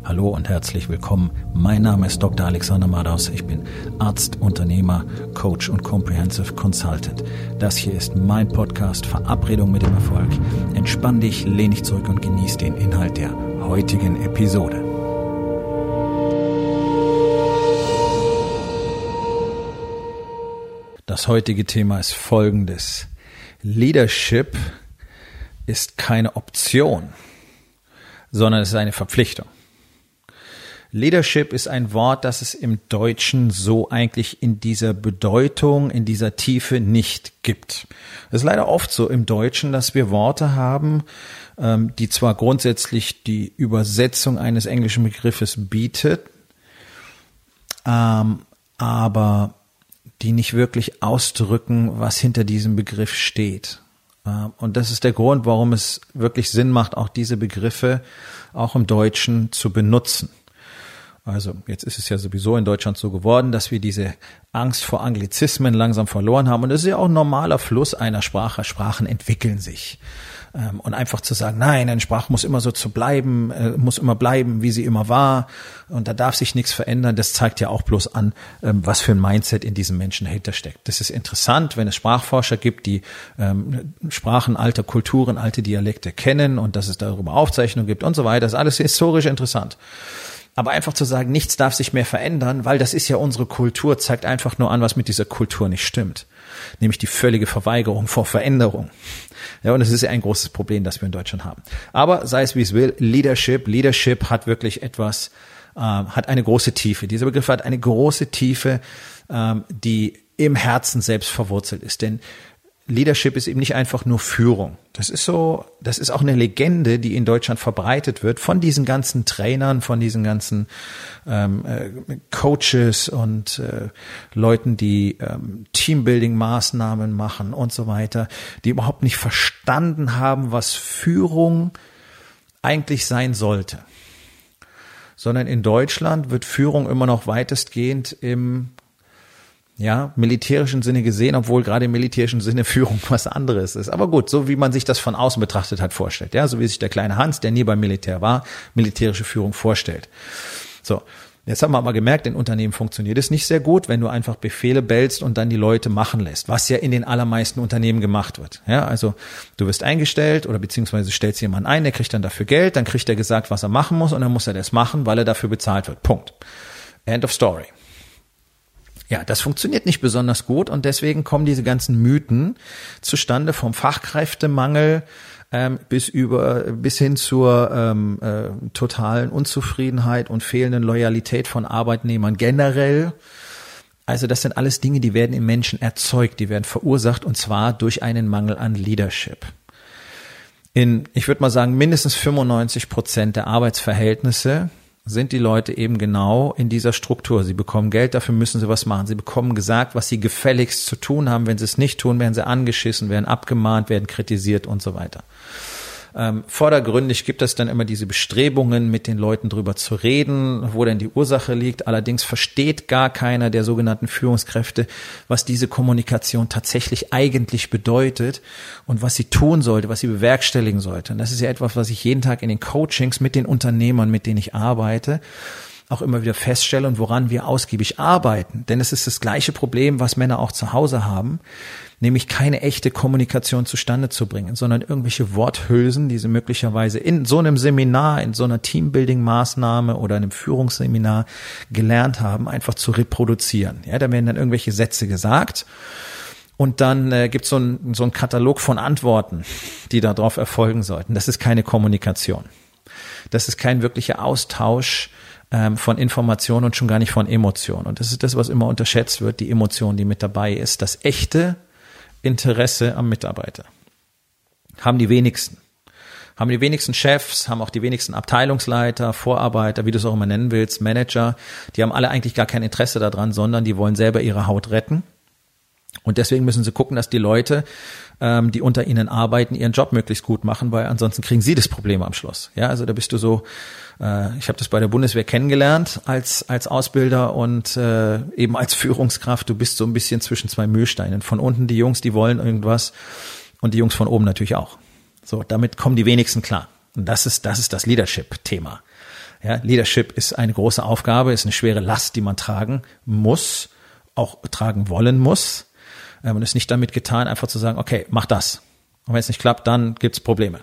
Hallo und herzlich willkommen. Mein Name ist Dr. Alexander Madaus. Ich bin Arzt, Unternehmer, Coach und Comprehensive Consultant. Das hier ist mein Podcast Verabredung mit dem Erfolg. Entspann dich, lehn dich zurück und genieß den Inhalt der heutigen Episode. Das heutige Thema ist folgendes. Leadership ist keine Option, sondern es ist eine Verpflichtung. Leadership ist ein Wort, das es im Deutschen so eigentlich in dieser Bedeutung, in dieser Tiefe nicht gibt. Es ist leider oft so im Deutschen, dass wir Worte haben, die zwar grundsätzlich die Übersetzung eines englischen Begriffes bietet, aber die nicht wirklich ausdrücken, was hinter diesem Begriff steht. Und das ist der Grund, warum es wirklich Sinn macht, auch diese Begriffe auch im Deutschen zu benutzen. Also jetzt ist es ja sowieso in Deutschland so geworden, dass wir diese Angst vor Anglizismen langsam verloren haben. Und das ist ja auch ein normaler Fluss einer Sprache. Sprachen entwickeln sich. Und einfach zu sagen, nein, eine Sprache muss immer so muss immer bleiben, wie sie immer war. Und da darf sich nichts verändern. Das zeigt ja auch bloß an, was für ein Mindset in diesem Menschen dahinter steckt. Das ist interessant, wenn es Sprachforscher gibt, die Sprachen alter Kulturen, alte Dialekte kennen und dass es darüber Aufzeichnungen gibt und so weiter. Das ist alles historisch interessant. Aber einfach zu sagen, nichts darf sich mehr verändern, weil das ist ja unsere Kultur, zeigt einfach nur an, was mit dieser Kultur nicht stimmt. Nämlich die völlige Verweigerung vor Veränderung. Ja, und es ist ja ein großes Problem, das wir in Deutschland haben. Aber sei es wie es will, Leadership hat wirklich etwas, hat eine große Tiefe. Dieser Begriff hat eine große Tiefe, die im Herzen selbst verwurzelt ist. Denn Leadership ist eben nicht einfach nur Führung. Das ist auch eine Legende, die in Deutschland verbreitet wird von diesen ganzen Trainern, von diesen ganzen Coaches und Leuten, die Teambuilding-Maßnahmen machen und so weiter, die überhaupt nicht verstanden haben, was Führung eigentlich sein sollte. Sondern in Deutschland wird Führung immer noch weitestgehend im militärischen Sinne gesehen, obwohl gerade im militärischen Sinne Führung was anderes ist. Aber gut, so wie man sich das von außen betrachtet hat, vorstellt. Ja, so wie sich der kleine Hans, der nie beim Militär war, militärische Führung vorstellt. So. Jetzt haben wir aber gemerkt, in Unternehmen funktioniert es nicht sehr gut, wenn du einfach Befehle bellst und dann die Leute machen lässt, was ja in den allermeisten Unternehmen gemacht wird. Ja, also du wirst eingestellt oder beziehungsweise stellst jemanden ein, der kriegt dann dafür Geld, dann kriegt er gesagt, was er machen muss und dann muss er das machen, weil er dafür bezahlt wird. Punkt. End of story. Ja, das funktioniert nicht besonders gut und deswegen kommen diese ganzen Mythen zustande vom Fachkräftemangel bis hin zur totalen Unzufriedenheit und fehlenden Loyalität von Arbeitnehmern generell. Also das sind alles Dinge, die werden im Menschen erzeugt, die werden verursacht und zwar durch einen Mangel an Leadership. Ich würde mal sagen, mindestens 95% der Arbeitsverhältnisse sind die Leute eben genau in dieser Struktur. Sie bekommen Geld, dafür müssen sie was machen. Sie bekommen gesagt, was sie gefälligst zu tun haben. Wenn sie es nicht tun, werden sie angeschissen, werden abgemahnt, werden kritisiert und so weiter. Vordergründig gibt es dann immer diese Bestrebungen, mit den Leuten drüber zu reden, wo denn die Ursache liegt. Allerdings versteht gar keiner der sogenannten Führungskräfte, was diese Kommunikation tatsächlich eigentlich bedeutet und was sie tun sollte, was sie bewerkstelligen sollte. Und das ist ja etwas, was ich jeden Tag in den Coachings mit den Unternehmern, mit denen ich arbeite, auch immer wieder feststelle und woran wir ausgiebig arbeiten. Denn es ist das gleiche Problem, was Männer auch zu Hause haben, nämlich keine echte Kommunikation zustande zu bringen, sondern irgendwelche Worthülsen, die sie möglicherweise in so einem Seminar, in so einer Teambuilding-Maßnahme oder einem Führungsseminar gelernt haben, einfach zu reproduzieren. Ja, da werden dann irgendwelche Sätze gesagt und dann gibt es so einen Katalog von Antworten, die darauf erfolgen sollten. Das ist keine Kommunikation. Das ist kein wirklicher Austausch von Informationen und schon gar nicht von Emotionen. Und das ist das, was immer unterschätzt wird, die Emotion, die mit dabei ist. Das echte Interesse am Mitarbeiter. Haben die wenigsten Chefs, haben auch die wenigsten Abteilungsleiter, Vorarbeiter, wie du es auch immer nennen willst, Manager. Die haben alle eigentlich gar kein Interesse daran, sondern die wollen selber ihre Haut retten. Und deswegen müssen sie gucken, dass die Leute, die unter ihnen arbeiten, ihren Job möglichst gut machen, weil ansonsten kriegen sie das Problem am Schluss. Ja, also da bist du so, ich habe das bei der Bundeswehr kennengelernt als Ausbilder und eben als Führungskraft. Du bist so ein bisschen zwischen zwei Mühlsteinen. Von unten die Jungs, die wollen irgendwas und die Jungs von oben natürlich auch. So, damit kommen die wenigsten klar. Und das ist das Leadership-Thema. Ja, Leadership ist eine große Aufgabe, ist eine schwere Last, die man tragen muss, auch tragen wollen muss. Und es ist nicht damit getan, einfach zu sagen, okay, mach das. Und wenn es nicht klappt, dann gibt's Probleme.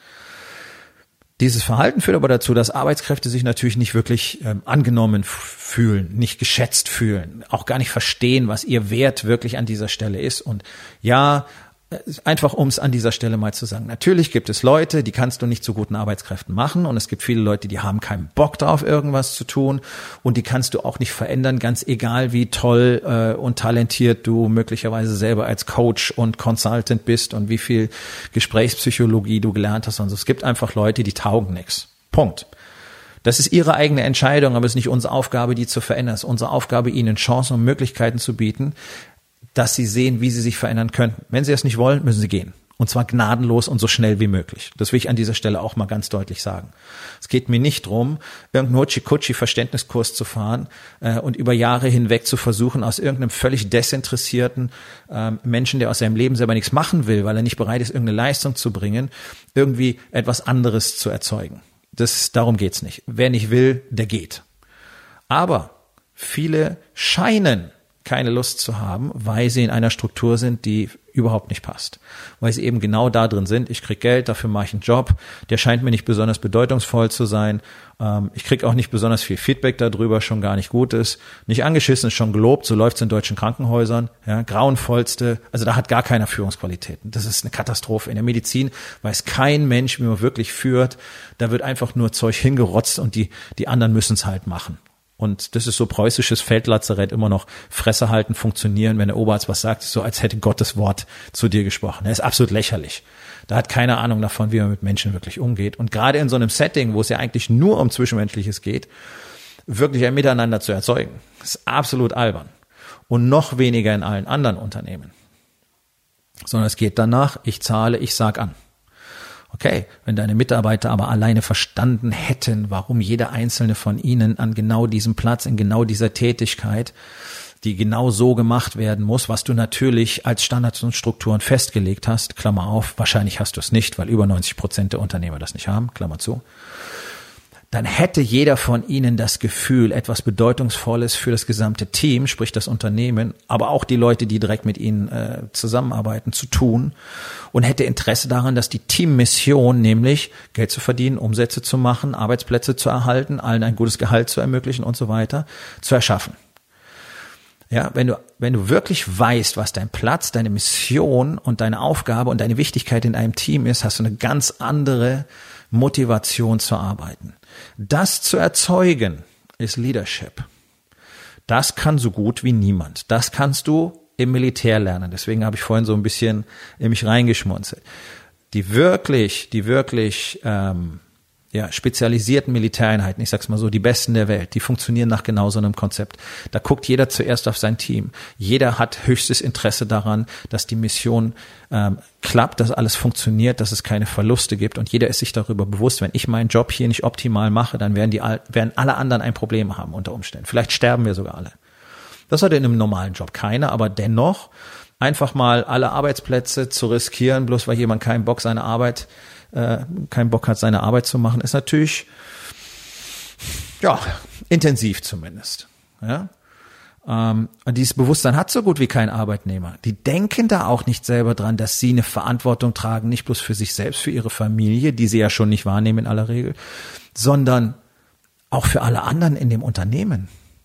Dieses Verhalten führt aber dazu, dass Arbeitskräfte sich natürlich nicht wirklich angenommen fühlen, nicht geschätzt fühlen, auch gar nicht verstehen, was ihr Wert wirklich an dieser Stelle ist. Und ja, einfach um es an dieser Stelle mal zu sagen, natürlich gibt es Leute, die kannst du nicht zu guten Arbeitskräften machen, und es gibt viele Leute, die haben keinen Bock drauf, irgendwas zu tun, und die kannst du auch nicht verändern, ganz egal wie toll und talentiert du möglicherweise selber als Coach und Consultant bist und wie viel Gesprächspsychologie du gelernt hast und so. Es gibt einfach Leute, die taugen nichts. Punkt. Das ist ihre eigene Entscheidung, aber es ist nicht unsere Aufgabe, die zu verändern. Es ist unsere Aufgabe, ihnen Chancen und Möglichkeiten zu bieten, dass sie sehen, wie sie sich verändern könnten. Wenn sie das nicht wollen, müssen sie gehen. Und zwar gnadenlos und so schnell wie möglich. Das will ich an dieser Stelle auch mal ganz deutlich sagen. Es geht mir nicht drum, irgendeinen Hutschi-Kutschi-Verständniskurs zu fahren und über Jahre hinweg zu versuchen, aus irgendeinem völlig desinteressierten Menschen, der aus seinem Leben selber nichts machen will, weil er nicht bereit ist, irgendeine Leistung zu bringen, irgendwie etwas anderes zu erzeugen. Darum geht's nicht. Wer nicht will, der geht. Aber viele scheinen keine Lust zu haben, weil sie in einer Struktur sind, die überhaupt nicht passt. Weil sie eben genau da drin sind, ich krieg Geld, dafür mache ich einen Job, der scheint mir nicht besonders bedeutungsvoll zu sein, ich krieg auch nicht besonders viel Feedback darüber, schon gar nicht Gutes, nicht angeschissen, ist schon gelobt, so läuft's in deutschen Krankenhäusern, ja, grauenvollste, also da hat gar keiner Führungsqualitäten, das ist eine Katastrophe. In der Medizin weiß kein Mensch, wie man wirklich führt, da wird einfach nur Zeug hingerotzt und die anderen müssen's halt machen. Und das ist so preußisches Feldlazarett, immer noch Fresse halten, funktionieren. Wenn der Oberarzt was sagt, ist so, als hätte Gottes Wort zu dir gesprochen. Er ist absolut lächerlich. Da hat keine Ahnung davon, wie man mit Menschen wirklich umgeht. Und gerade in so einem Setting, wo es ja eigentlich nur um Zwischenmenschliches geht, wirklich ein Miteinander zu erzeugen, ist absolut albern. Und noch weniger in allen anderen Unternehmen. Sondern es geht danach, ich zahle, ich sag an. Okay, wenn deine Mitarbeiter aber alleine verstanden hätten, warum jeder einzelne von ihnen an genau diesem Platz, in genau dieser Tätigkeit, die genau so gemacht werden muss, was du natürlich als Standards und Strukturen festgelegt hast, Klammer auf, wahrscheinlich hast du es nicht, weil über 90% der Unternehmer das nicht haben, Klammer zu, dann hätte jeder von ihnen das Gefühl, etwas Bedeutungsvolles für das gesamte Team, sprich das Unternehmen, aber auch die Leute, die direkt mit ihnen zusammenarbeiten, zu tun, und hätte Interesse daran, dass die Teammission, nämlich Geld zu verdienen, Umsätze zu machen, Arbeitsplätze zu erhalten, allen ein gutes Gehalt zu ermöglichen und so weiter, zu erschaffen. Ja, wenn du wirklich weißt, was dein Platz, deine Mission und deine Aufgabe und deine Wichtigkeit in einem Team ist, hast du eine ganz andere Motivation zu arbeiten. Das zu erzeugen ist Leadership. Das kann so gut wie niemand. Das kannst du im Militär lernen. Deswegen habe ich vorhin so ein bisschen in mich reingeschmunzelt. Die wirklich spezialisierten Militäreinheiten, ich sag's mal so, die besten der Welt, die funktionieren nach genau so einem Konzept. Da guckt jeder zuerst auf sein Team. Jeder hat höchstes Interesse daran, dass die Mission klappt, dass alles funktioniert, dass es keine Verluste gibt, und jeder ist sich darüber bewusst, wenn ich meinen Job hier nicht optimal mache, dann werden alle anderen ein Problem haben unter Umständen. Vielleicht sterben wir sogar alle. Das hat in einem normalen Job keiner, aber dennoch einfach mal alle Arbeitsplätze zu riskieren, bloß weil jemand keinen Bock hat, seine Arbeit zu machen, ist natürlich, intensiv zumindest. Ja? Und dieses Bewusstsein hat so gut wie kein Arbeitnehmer. Die denken da auch nicht selber dran, dass sie eine Verantwortung tragen, nicht bloß für sich selbst, für ihre Familie, die sie ja schon nicht wahrnehmen in aller Regel, sondern auch für alle anderen in dem Unternehmen.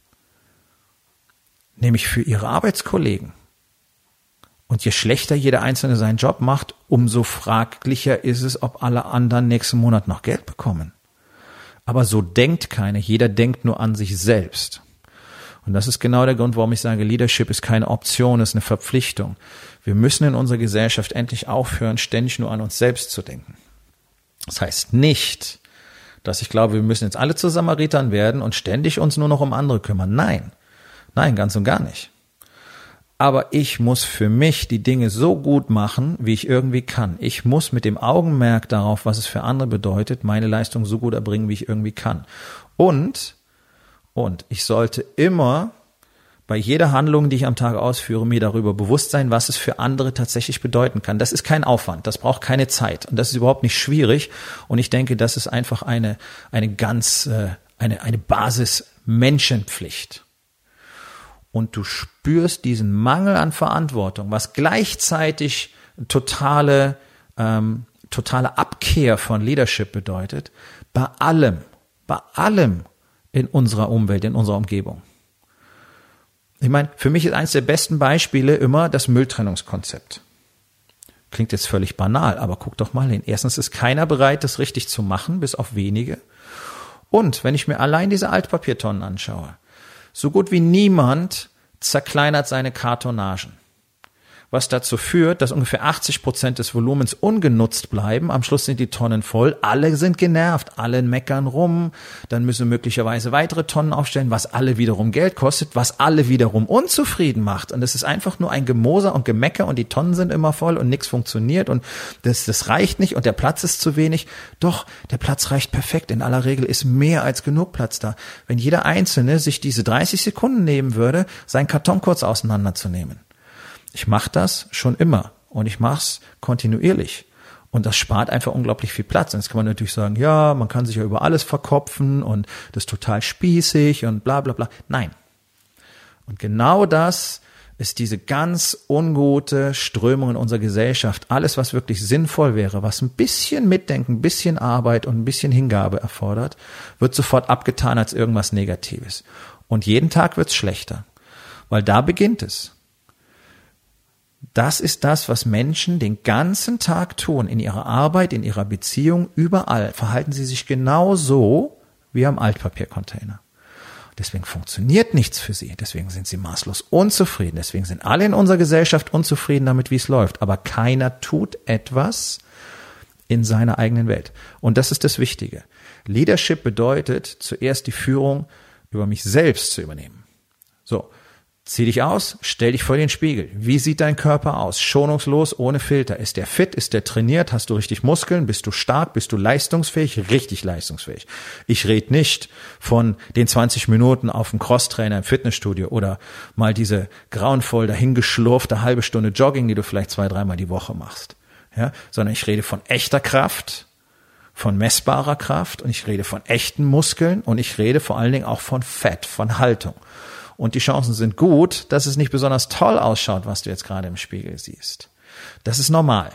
Nämlich für ihre Arbeitskollegen. Und je schlechter jeder Einzelne seinen Job macht, umso fraglicher ist es, ob alle anderen nächsten Monat noch Geld bekommen. Aber so denkt keiner. Jeder denkt nur an sich selbst. Und das ist genau der Grund, warum ich sage, Leadership ist keine Option, ist eine Verpflichtung. Wir müssen in unserer Gesellschaft endlich aufhören, ständig nur an uns selbst zu denken. Das heißt nicht, dass ich glaube, wir müssen jetzt alle zu Samaritern werden und ständig uns nur noch um andere kümmern. Nein, ganz und gar nicht. Aber ich muss für mich die Dinge so gut machen, wie ich irgendwie kann. Ich muss mit dem Augenmerk darauf, was es für andere bedeutet, meine Leistung so gut erbringen, wie ich irgendwie kann. Und ich sollte immer bei jeder Handlung, die ich am Tag ausführe, mir darüber bewusst sein, was es für andere tatsächlich bedeuten kann. Das ist kein Aufwand, das braucht keine Zeit und das ist überhaupt nicht schwierig. Und ich denke, das ist einfach eine ganz eine Basis-Menschenpflicht. Und du spürst diesen Mangel an Verantwortung, was gleichzeitig totale Abkehr von Leadership bedeutet, bei allem in unserer Umwelt, in unserer Umgebung. Ich meine, für mich ist eines der besten Beispiele immer das Mülltrennungskonzept. Klingt jetzt völlig banal, aber guck doch mal hin. Erstens ist keiner bereit, das richtig zu machen, bis auf wenige. Und wenn ich mir allein diese Altpapiertonnen anschaue, so gut wie niemand zerkleinert seine Kartonagen. Was dazu führt, dass ungefähr 80% des Volumens ungenutzt bleiben. Am Schluss sind die Tonnen voll. Alle sind genervt, alle meckern rum. Dann müssen möglicherweise weitere Tonnen aufstellen, was alle wiederum Geld kostet, was alle wiederum unzufrieden macht. Und es ist einfach nur ein Gemoser und Gemecker und die Tonnen sind immer voll und nichts funktioniert und das reicht nicht und der Platz ist zu wenig. Doch, der Platz reicht perfekt. In aller Regel ist mehr als genug Platz da. Wenn jeder Einzelne sich diese 30 Sekunden nehmen würde, seinen Karton kurz auseinanderzunehmen. Ich mache das schon immer und ich mache es kontinuierlich und das spart einfach unglaublich viel Platz. Und jetzt kann man natürlich sagen, ja, man kann sich ja über alles verkopfen und das ist total spießig und bla bla bla. Nein. Und genau das ist diese ganz ungute Strömung in unserer Gesellschaft. Alles, was wirklich sinnvoll wäre, was ein bisschen Mitdenken, ein bisschen Arbeit und ein bisschen Hingabe erfordert, wird sofort abgetan als irgendwas Negatives. Und jeden Tag wird's schlechter, weil da beginnt es. Das ist das, was Menschen den ganzen Tag tun, in ihrer Arbeit, in ihrer Beziehung, überall. Verhalten sie sich genau so wie am Altpapiercontainer. Deswegen funktioniert nichts für sie. Deswegen sind sie maßlos unzufrieden. Deswegen sind alle in unserer Gesellschaft unzufrieden damit, wie es läuft. Aber keiner tut etwas in seiner eigenen Welt. Und das ist das Wichtige. Leadership bedeutet, zuerst die Führung über mich selbst zu übernehmen. So. Zieh dich aus, stell dich vor den Spiegel. Wie sieht dein Körper aus? Schonungslos, ohne Filter. Ist der fit? Ist der trainiert? Hast du richtig Muskeln? Bist du stark? Bist du leistungsfähig? Richtig leistungsfähig. Ich rede nicht von den 20 Minuten auf dem Crosstrainer im Fitnessstudio oder mal diese grauenvoll dahingeschlurfte halbe Stunde Jogging, die du vielleicht 2-3 Mal die Woche machst. Ja, sondern ich rede von echter Kraft, von messbarer Kraft und ich rede von echten Muskeln und ich rede vor allen Dingen auch von Fett, von Haltung. Und die Chancen sind gut, dass es nicht besonders toll ausschaut, was du jetzt gerade im Spiegel siehst. Das ist normal.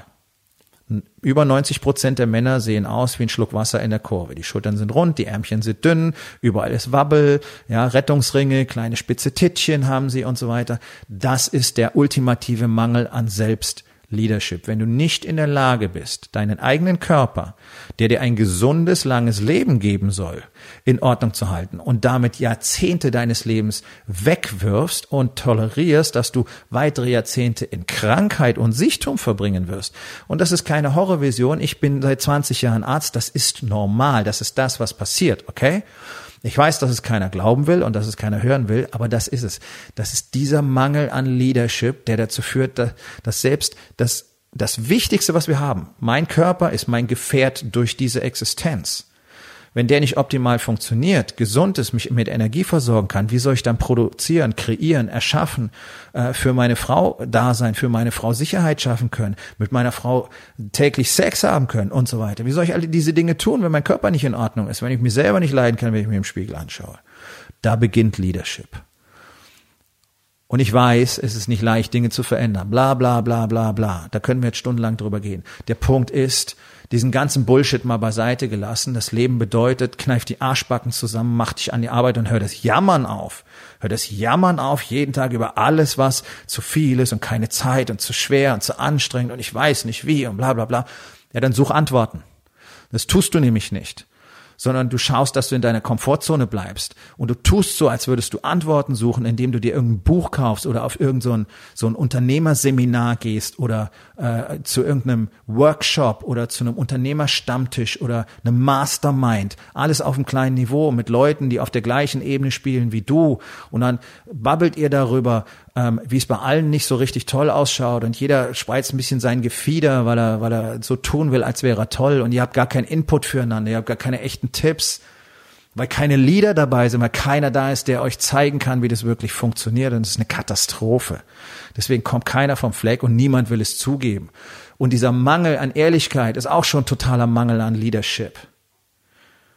Über 90% der Männer sehen aus wie ein Schluck Wasser in der Kurve. Die Schultern sind rund, die Ärmchen sind dünn, überall ist Wabbel, ja, Rettungsringe, kleine spitze Tittchen haben sie und so weiter. Das ist der ultimative Mangel an Selbstleadership. Wenn du nicht in der Lage bist, deinen eigenen Körper, der dir ein gesundes, langes Leben geben soll, in Ordnung zu halten und damit Jahrzehnte deines Lebens wegwirfst und tolerierst, dass du weitere Jahrzehnte in Krankheit und Sichtum verbringen wirst. Und das ist keine Horrorvision. Ich bin seit 20 Jahren Arzt. Das ist normal. Das ist das, was passiert, okay? Ich weiß, dass es keiner glauben will und dass es keiner hören will, aber das ist es. Das ist dieser Mangel an Leadership, der dazu führt, dass selbst das Wichtigste, was wir haben, mein Körper ist mein Gefährt durch diese Existenz. Wenn der nicht optimal funktioniert, gesund ist, mich mit Energie versorgen kann, wie soll ich dann produzieren, kreieren, erschaffen, für meine Frau da sein, für meine Frau Sicherheit schaffen können, mit meiner Frau täglich Sex haben können und so weiter? Wie soll ich alle diese Dinge tun, wenn mein Körper nicht in Ordnung ist, wenn ich mich selber nicht leiden kann, wenn ich mir im Spiegel anschaue? Da beginnt Leadership. Und ich weiß, es ist nicht leicht, Dinge zu verändern. Bla, bla, bla, bla, bla. Da können wir jetzt stundenlang drüber gehen. Der Punkt ist, diesen ganzen Bullshit mal beiseite gelassen. Das Leben bedeutet, kneif die Arschbacken zusammen, mach dich an die Arbeit und hör das Jammern auf. Hör das Jammern auf, jeden Tag über alles, was zu viel ist und keine Zeit und zu schwer und zu anstrengend und ich weiß nicht wie und bla, bla, bla. Ja, dann such Antworten. Das tust du nämlich nicht. Sondern du schaust, dass du in deiner Komfortzone bleibst und du tust so, als würdest du Antworten suchen, indem du dir irgendein Buch kaufst oder auf irgend so ein Unternehmerseminar gehst oder zu irgendeinem Workshop oder zu einem Unternehmerstammtisch oder einem Mastermind. Alles auf einem kleinen Niveau mit Leuten, die auf der gleichen Ebene spielen wie du und dann babbelt ihr darüber, wie es bei allen nicht so richtig toll ausschaut und jeder spreizt ein bisschen sein Gefieder, weil er so tun will, als wäre er toll und ihr habt gar keinen Input füreinander, ihr habt gar keine echten Tipps, weil keine Leader dabei sind, weil keiner da ist, der euch zeigen kann, wie das wirklich funktioniert und das ist eine Katastrophe. Deswegen kommt keiner vom Fleck und niemand will es zugeben. Und dieser Mangel an Ehrlichkeit ist auch schon totaler Mangel an Leadership.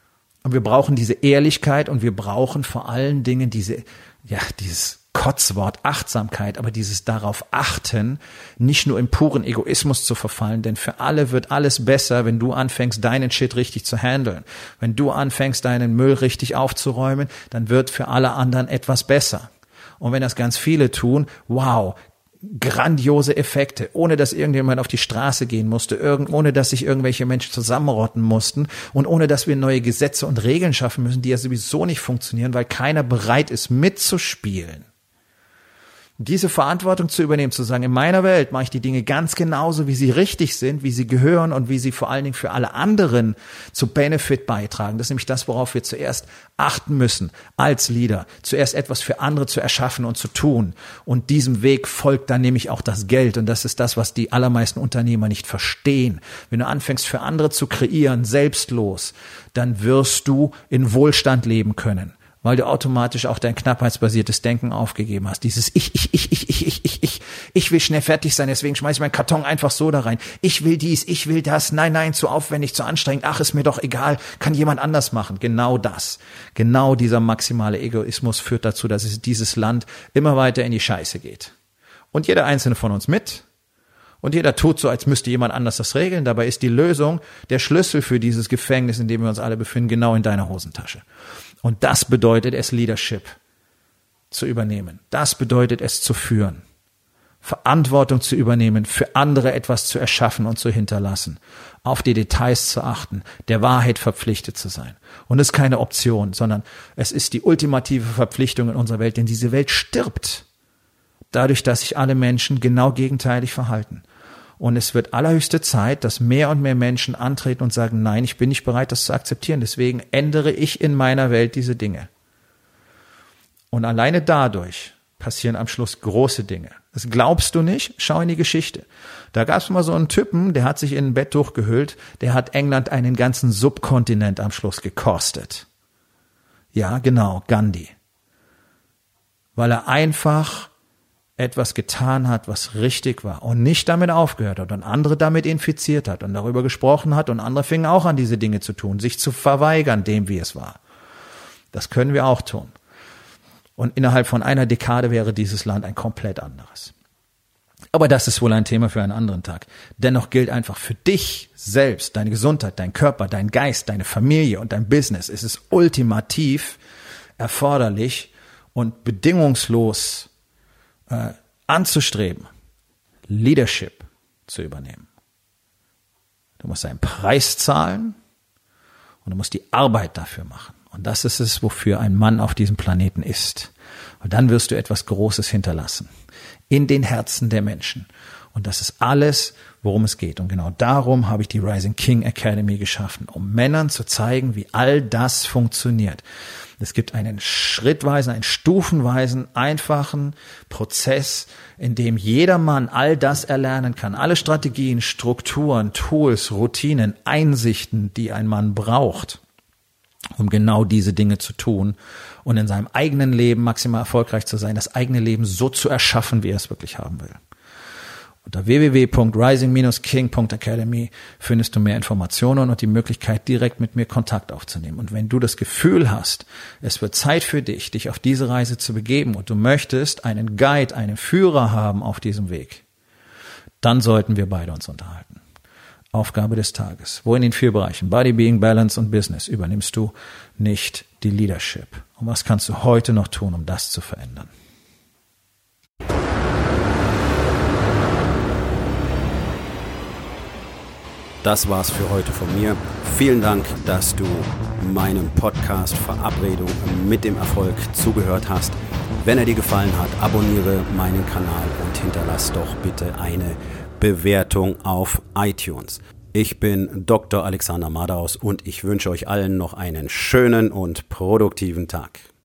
Und wir brauchen diese Ehrlichkeit und wir brauchen vor allen Dingen dieses Kotzwort Achtsamkeit, aber dieses darauf achten, nicht nur im puren Egoismus zu verfallen, denn für alle wird alles besser, wenn du anfängst, deinen Shit richtig zu handeln. Wenn du anfängst, deinen Müll richtig aufzuräumen, dann wird für alle anderen etwas besser. Und wenn das ganz viele tun, wow, grandiose Effekte, ohne dass irgendjemand auf die Straße gehen musste, ohne dass sich irgendwelche Menschen zusammenrotten mussten und ohne dass wir neue Gesetze und Regeln schaffen müssen, die ja sowieso nicht funktionieren, weil keiner bereit ist mitzuspielen. Diese Verantwortung zu übernehmen, zu sagen, in meiner Welt mache ich die Dinge ganz genauso, wie sie richtig sind, wie sie gehören und wie sie vor allen Dingen für alle anderen zu Benefit beitragen. Das ist nämlich das, worauf wir zuerst achten müssen als Leader. Zuerst etwas für andere zu erschaffen und zu tun. Und diesem Weg folgt dann nämlich auch das Geld. Und das ist das, was die allermeisten Unternehmer nicht verstehen. Wenn du anfängst, für andere zu kreieren, selbstlos, dann wirst du in Wohlstand leben können, weil du automatisch auch dein knappheitsbasiertes Denken aufgegeben hast. Dieses Ich will schnell fertig sein, deswegen schmeiße ich meinen Karton einfach so da rein. Ich will dies, ich will das, nein, zu aufwendig, zu anstrengend, ach, ist mir doch egal, kann jemand anders machen. Genau das. Genau dieser maximale Egoismus führt dazu, dass es dieses Land immer weiter in die Scheiße geht. Und jeder einzelne von uns mit. Und jeder tut so, als müsste jemand anders das regeln. Dabei ist die Lösung, der Schlüssel für dieses Gefängnis, in dem wir uns alle befinden, genau in deiner Hosentasche. Und das bedeutet es, Leadership zu übernehmen. Das bedeutet es, zu führen. Verantwortung zu übernehmen, für andere etwas zu erschaffen und zu hinterlassen. Auf die Details zu achten, der Wahrheit verpflichtet zu sein. Und es ist keine Option, sondern es ist die ultimative Verpflichtung in unserer Welt, denn diese Welt stirbt. Dadurch, dass sich alle Menschen genau gegenteilig verhalten. Und es wird allerhöchste Zeit, dass mehr und mehr Menschen antreten und sagen, nein, ich bin nicht bereit, das zu akzeptieren. Deswegen ändere ich in meiner Welt diese Dinge. Und alleine dadurch passieren am Schluss große Dinge. Das glaubst du nicht? Schau in die Geschichte. Da gab es mal so einen Typen, der hat sich in ein Betttuch gehüllt, der hat England einen ganzen Subkontinent am Schluss gekostet. Ja, genau, Gandhi. Weil er einfach etwas getan hat, was richtig war und nicht damit aufgehört hat und andere damit infiziert hat und darüber gesprochen hat und andere fingen auch an, diese Dinge zu tun, sich zu verweigern, dem wie es war. Das können wir auch tun. Und innerhalb von einer Dekade wäre dieses Land ein komplett anderes. Aber das ist wohl ein Thema für einen anderen Tag. Dennoch gilt einfach für dich selbst, deine Gesundheit, dein Körper, dein Geist, deine Familie und dein Business. Es ist ultimativ erforderlich und bedingungslos anzustreben, Leadership zu übernehmen. Du musst einen Preis zahlen und du musst die Arbeit dafür machen. Und das ist es, wofür ein Mann auf diesem Planeten ist. Und dann wirst du etwas Großes hinterlassen. In den Herzen der Menschen. Und das ist alles, worum es geht. Und genau darum habe ich die Rising King Academy geschaffen, um Männern zu zeigen, wie all das funktioniert. Es gibt einen schrittweisen, einen stufenweisen, einfachen Prozess, in dem jeder Mann all das erlernen kann. Alle Strategien, Strukturen, Tools, Routinen, Einsichten, die ein Mann braucht, um genau diese Dinge zu tun und in seinem eigenen Leben maximal erfolgreich zu sein, das eigene Leben so zu erschaffen, wie er es wirklich haben will. Unter www.rising-king.academy findest du mehr Informationen und die Möglichkeit, direkt mit mir Kontakt aufzunehmen. Und wenn du das Gefühl hast, es wird Zeit für dich, dich auf diese Reise zu begeben und du möchtest einen Guide, einen Führer haben auf diesem Weg, dann sollten wir beide uns unterhalten. Aufgabe des Tages. Wo in den 4 Bereichen Body, Being, Balance und Business übernimmst du nicht die Leadership? Und was kannst du heute noch tun, um das zu verändern? Das war's für heute von mir. Vielen Dank, dass du meinem Podcast Verabredung mit dem Erfolg zugehört hast. Wenn er dir gefallen hat, abonniere meinen Kanal und hinterlass doch bitte eine Bewertung auf iTunes. Ich bin Dr. Alexander Madaus und ich wünsche euch allen noch einen schönen und produktiven Tag.